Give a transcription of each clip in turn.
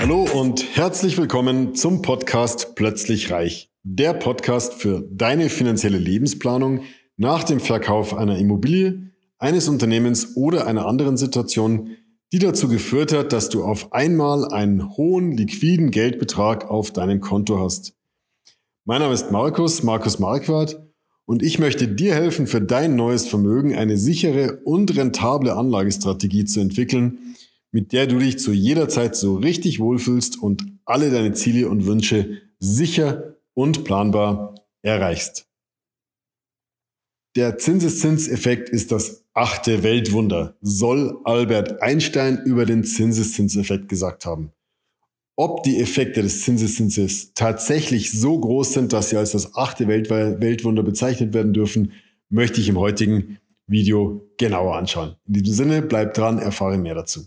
Hallo und herzlich willkommen zum Podcast Plötzlich Reich. Der Podcast für deine finanzielle Lebensplanung nach dem Verkauf einer Immobilie, eines Unternehmens oder einer anderen Situation, die dazu geführt hat, dass du auf einmal einen hohen liquiden Geldbetrag auf deinem Konto hast. Mein Name ist Markus Marquardt, und ich möchte dir helfen, für dein neues Vermögen eine sichere und rentable Anlagestrategie zu entwickeln, mit der du dich zu jeder Zeit so richtig wohlfühlst und alle deine Ziele und Wünsche sicher und planbar erreichst. Der Zinseszinseffekt ist das 8. Weltwunder, soll Albert Einstein über den Zinseszinseffekt gesagt haben. Ob die Effekte des Zinseszinses tatsächlich so groß sind, dass sie als das 8. Weltwunder bezeichnet werden dürfen, möchte ich im heutigen Video genauer anschauen. In diesem Sinne, bleib dran, erfahre mehr dazu.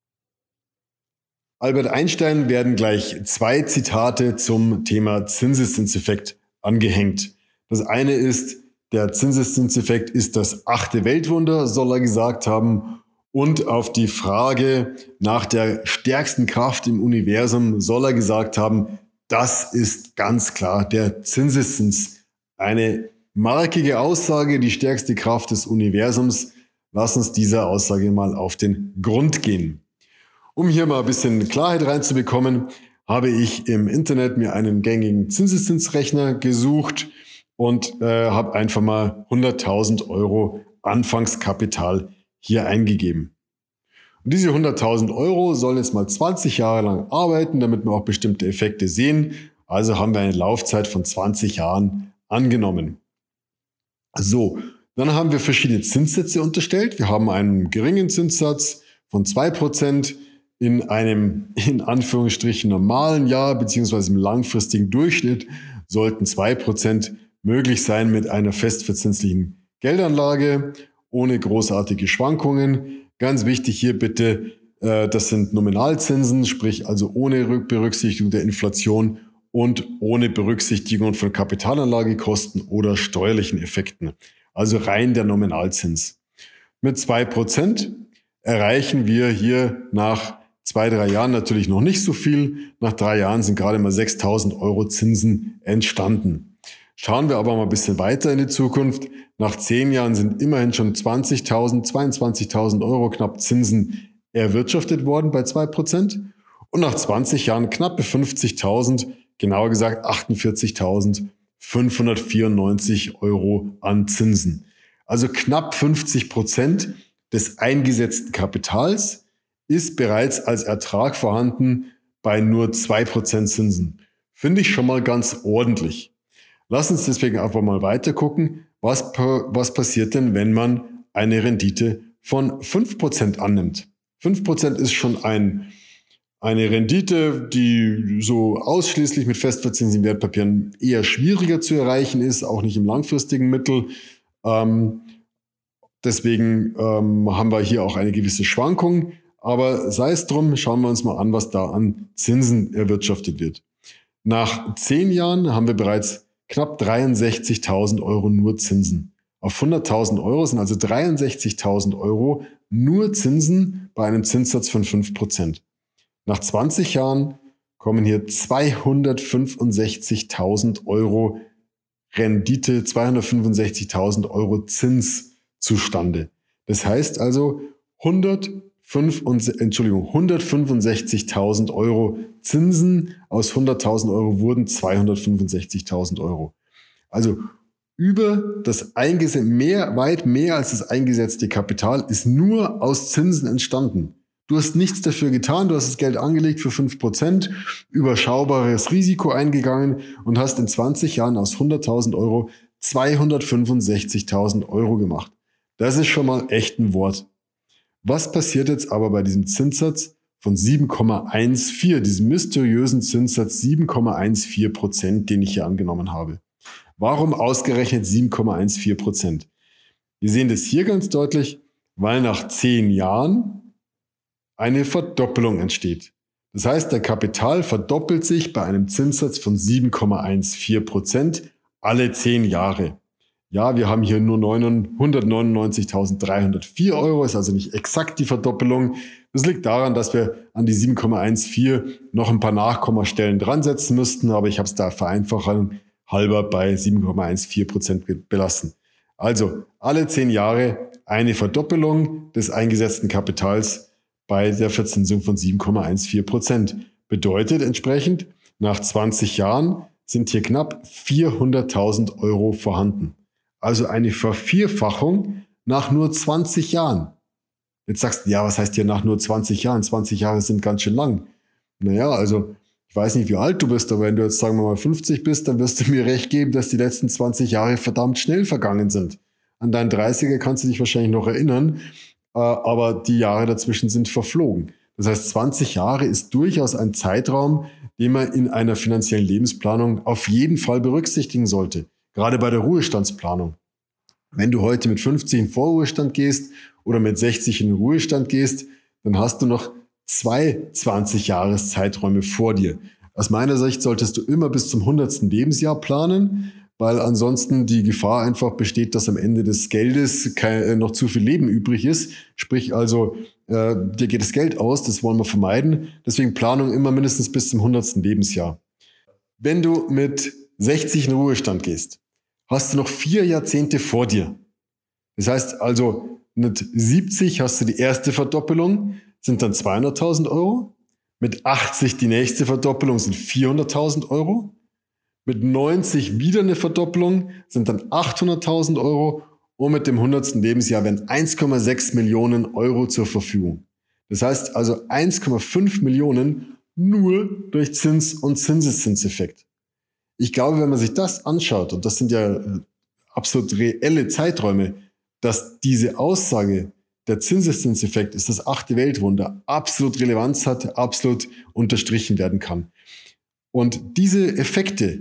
Albert Einstein werden gleich 2 Zitate zum Thema Zinseszinseffekt angehängt. Das eine ist, der Zinseszinseffekt ist das 8. Weltwunder, soll er gesagt haben. Und auf die Frage nach der stärksten Kraft im Universum soll er gesagt haben, das ist ganz klar der Zinseszins. Eine markige Aussage, die stärkste Kraft des Universums. Lass uns dieser Aussage mal auf den Grund gehen. Um hier mal ein bisschen Klarheit reinzubekommen, habe ich im Internet mir einen gängigen Zinseszinsrechner gesucht und habe einfach mal 100.000 Euro Anfangskapital hier eingegeben. Und diese 100.000 Euro sollen jetzt mal 20 Jahre lang arbeiten, damit wir auch bestimmte Effekte sehen. Also haben wir eine Laufzeit von 20 Jahren angenommen. So, dann haben wir verschiedene Zinssätze unterstellt. Wir haben einen geringen Zinssatz von 2% in einem, in Anführungsstrichen, normalen Jahr beziehungsweise im langfristigen Durchschnitt sollten 2% möglich sein mit einer festverzinslichen Geldanlage, ohne großartige Schwankungen. Ganz wichtig hier bitte, das sind Nominalzinsen, sprich also ohne Berücksichtigung der Inflation und ohne Berücksichtigung von Kapitalanlagekosten oder steuerlichen Effekten. Also rein der Nominalzins. Mit 2% erreichen wir hier nach 2-3 Jahren natürlich noch nicht so viel. Nach 3 Jahren sind gerade mal 6.000 Euro Zinsen entstanden. Schauen wir aber mal ein bisschen weiter in die Zukunft. Nach 10 Jahren sind immerhin schon 22.000 Euro knapp Zinsen erwirtschaftet worden bei 2%. Und nach 20 Jahren knappe 50.000, genauer gesagt 48.594 Euro an Zinsen. Also knapp 50% des eingesetzten Kapitals ist bereits als Ertrag vorhanden bei nur 2% Zinsen. Finde ich schon mal ganz ordentlich. Lass uns deswegen einfach mal weiter gucken, was passiert denn, wenn man eine Rendite von 5% annimmt. 5% ist schon eine Rendite, die so ausschließlich mit festverzinslichen Wertpapieren eher schwieriger zu erreichen ist, auch nicht im langfristigen Mittel. Deswegen haben wir hier auch eine gewisse Schwankung. Aber sei es drum, schauen wir uns mal an, was da an Zinsen erwirtschaftet wird. Nach 10 Jahren haben wir bereits knapp 63.000 Euro nur Zinsen. Auf 100.000 Euro sind also 63.000 Euro nur Zinsen bei einem Zinssatz von 5%. Nach 20 Jahren kommen hier 265.000 Euro Rendite, 265.000 Euro Zins zustande. Das heißt also 165.000 Euro Zinsen aus 100.000 Euro wurden 265.000 Euro. Also über das weit mehr als das eingesetzte Kapital ist nur aus Zinsen entstanden. Du hast nichts dafür getan, du hast das Geld angelegt für 5%, überschaubares Risiko eingegangen und hast in 20 Jahren aus 100.000 Euro 265.000 Euro gemacht. Das ist schon mal echt ein Wort. Was passiert jetzt aber bei diesem Zinssatz von 7,14, diesem mysteriösen Zinssatz 7,14%, den ich hier angenommen habe? Warum ausgerechnet 7,14%? Wir sehen das hier ganz deutlich, weil nach 10 Jahren eine Verdoppelung entsteht. Das heißt, der Kapital verdoppelt sich bei einem Zinssatz von 7,14% alle 10 Jahre. Ja, wir haben hier nur 199.304 Euro, ist also nicht exakt die Verdoppelung. Das liegt daran, dass wir an die 7,14 noch ein paar Nachkommastellen dran setzen müssten, aber ich habe es da Vereinfachung halber bei 7,14% belassen. Also alle 10 Jahre eine Verdoppelung des eingesetzten Kapitals bei der Verzinsung von 7,14%. Bedeutet entsprechend, nach 20 Jahren sind hier knapp 400.000 Euro vorhanden. Also eine Vervierfachung nach nur 20 Jahren. Jetzt sagst du, ja, was heißt hier nach nur 20 Jahren? 20 Jahre sind ganz schön lang. Naja, also ich weiß nicht, wie alt du bist, aber wenn du jetzt, sagen wir mal, 50 bist, dann wirst du mir recht geben, dass die letzten 20 Jahre verdammt schnell vergangen sind. An deinen 30er kannst du dich wahrscheinlich noch erinnern, aber die Jahre dazwischen sind verflogen. Das heißt, 20 Jahre ist durchaus ein Zeitraum, den man in einer finanziellen Lebensplanung auf jeden Fall berücksichtigen sollte. Gerade bei der Ruhestandsplanung. Wenn du heute mit 50 in Vorruhestand gehst oder mit 60 in den Ruhestand gehst, dann hast du noch 2 20-Jahres-Zeiträume vor dir. Aus meiner Sicht solltest du immer bis zum 100. Lebensjahr planen, weil ansonsten die Gefahr einfach besteht, dass am Ende des Geldes noch zu viel Leben übrig ist. Sprich also, dir geht das Geld aus, das wollen wir vermeiden. Deswegen Planung immer mindestens bis zum 100. Lebensjahr. Wenn du mit 60 in den Ruhestand gehst, hast du noch 4 Jahrzehnte vor dir. Das heißt also, mit 70 hast du die erste Verdoppelung, sind dann 200.000 Euro. Mit 80 die nächste Verdoppelung sind 400.000 Euro. Mit 90 wieder eine Verdoppelung sind dann 800.000 Euro. Und mit dem 100. Lebensjahr werden 1,6 Millionen Euro zur Verfügung. Das heißt also 1,5 Millionen nur durch Zins- und Zinseszinseffekt. Ich glaube, wenn man sich das anschaut, und das sind ja absolut reelle Zeiträume, dass diese Aussage, der Zinseszinseffekt ist das 8. Weltwunder, absolut Relevanz hat, absolut unterstrichen werden kann. Und diese Effekte,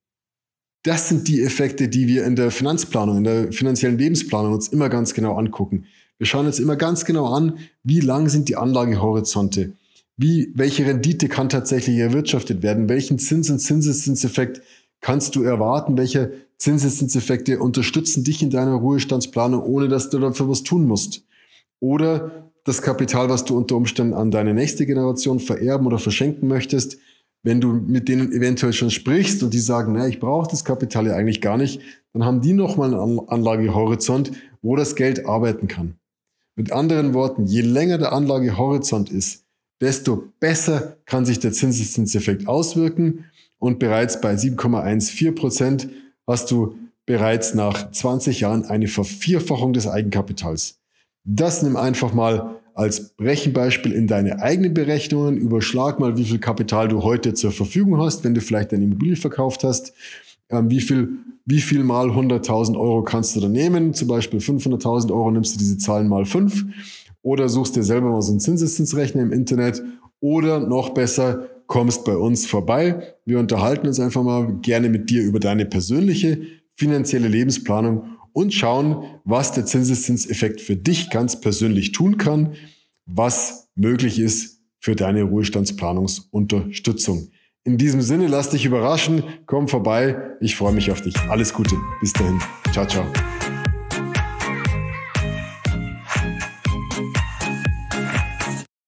das sind die Effekte, die wir in der Finanzplanung, in der finanziellen Lebensplanung uns immer ganz genau angucken. Wir schauen uns immer ganz genau an, wie lang sind die Anlagehorizonte, welche Rendite kann tatsächlich erwirtschaftet werden, welchen Zins- und Zinseszinseffekt kannst du erwarten, welche Zinseszinseffekte unterstützen dich in deiner Ruhestandsplanung, ohne dass du dafür was tun musst. Oder das Kapital, was du unter Umständen an deine nächste Generation vererben oder verschenken möchtest, wenn du mit denen eventuell schon sprichst und die sagen, na, ich brauche das Kapital ja eigentlich gar nicht, dann haben die nochmal einen Anlagehorizont, wo das Geld arbeiten kann. Mit anderen Worten, je länger der Anlagehorizont ist, desto besser kann sich der Zinseszinseffekt auswirken und bereits bei 7,14% hast du bereits nach 20 Jahren eine Vervierfachung des Eigenkapitals. Das nimm einfach mal als Rechenbeispiel in deine eigenen Berechnungen. Überschlag mal, wie viel Kapital du heute zur Verfügung hast, wenn du vielleicht deine Immobilie verkauft hast. Wie viel mal 100.000 Euro kannst du da nehmen? Zum Beispiel 500.000 Euro nimmst du diese Zahlen mal 5. Oder suchst dir selber mal so einen Zinseszinsrechner im Internet. Oder noch besser, kommst bei uns vorbei. Wir unterhalten uns einfach mal gerne mit dir über deine persönliche finanzielle Lebensplanung und schauen, was der Zinseszinseffekt für dich ganz persönlich tun kann, was möglich ist für deine Ruhestandsplanungsunterstützung. In diesem Sinne, lass dich überraschen, komm vorbei, ich freue mich auf dich. Alles Gute, bis dahin, ciao, ciao.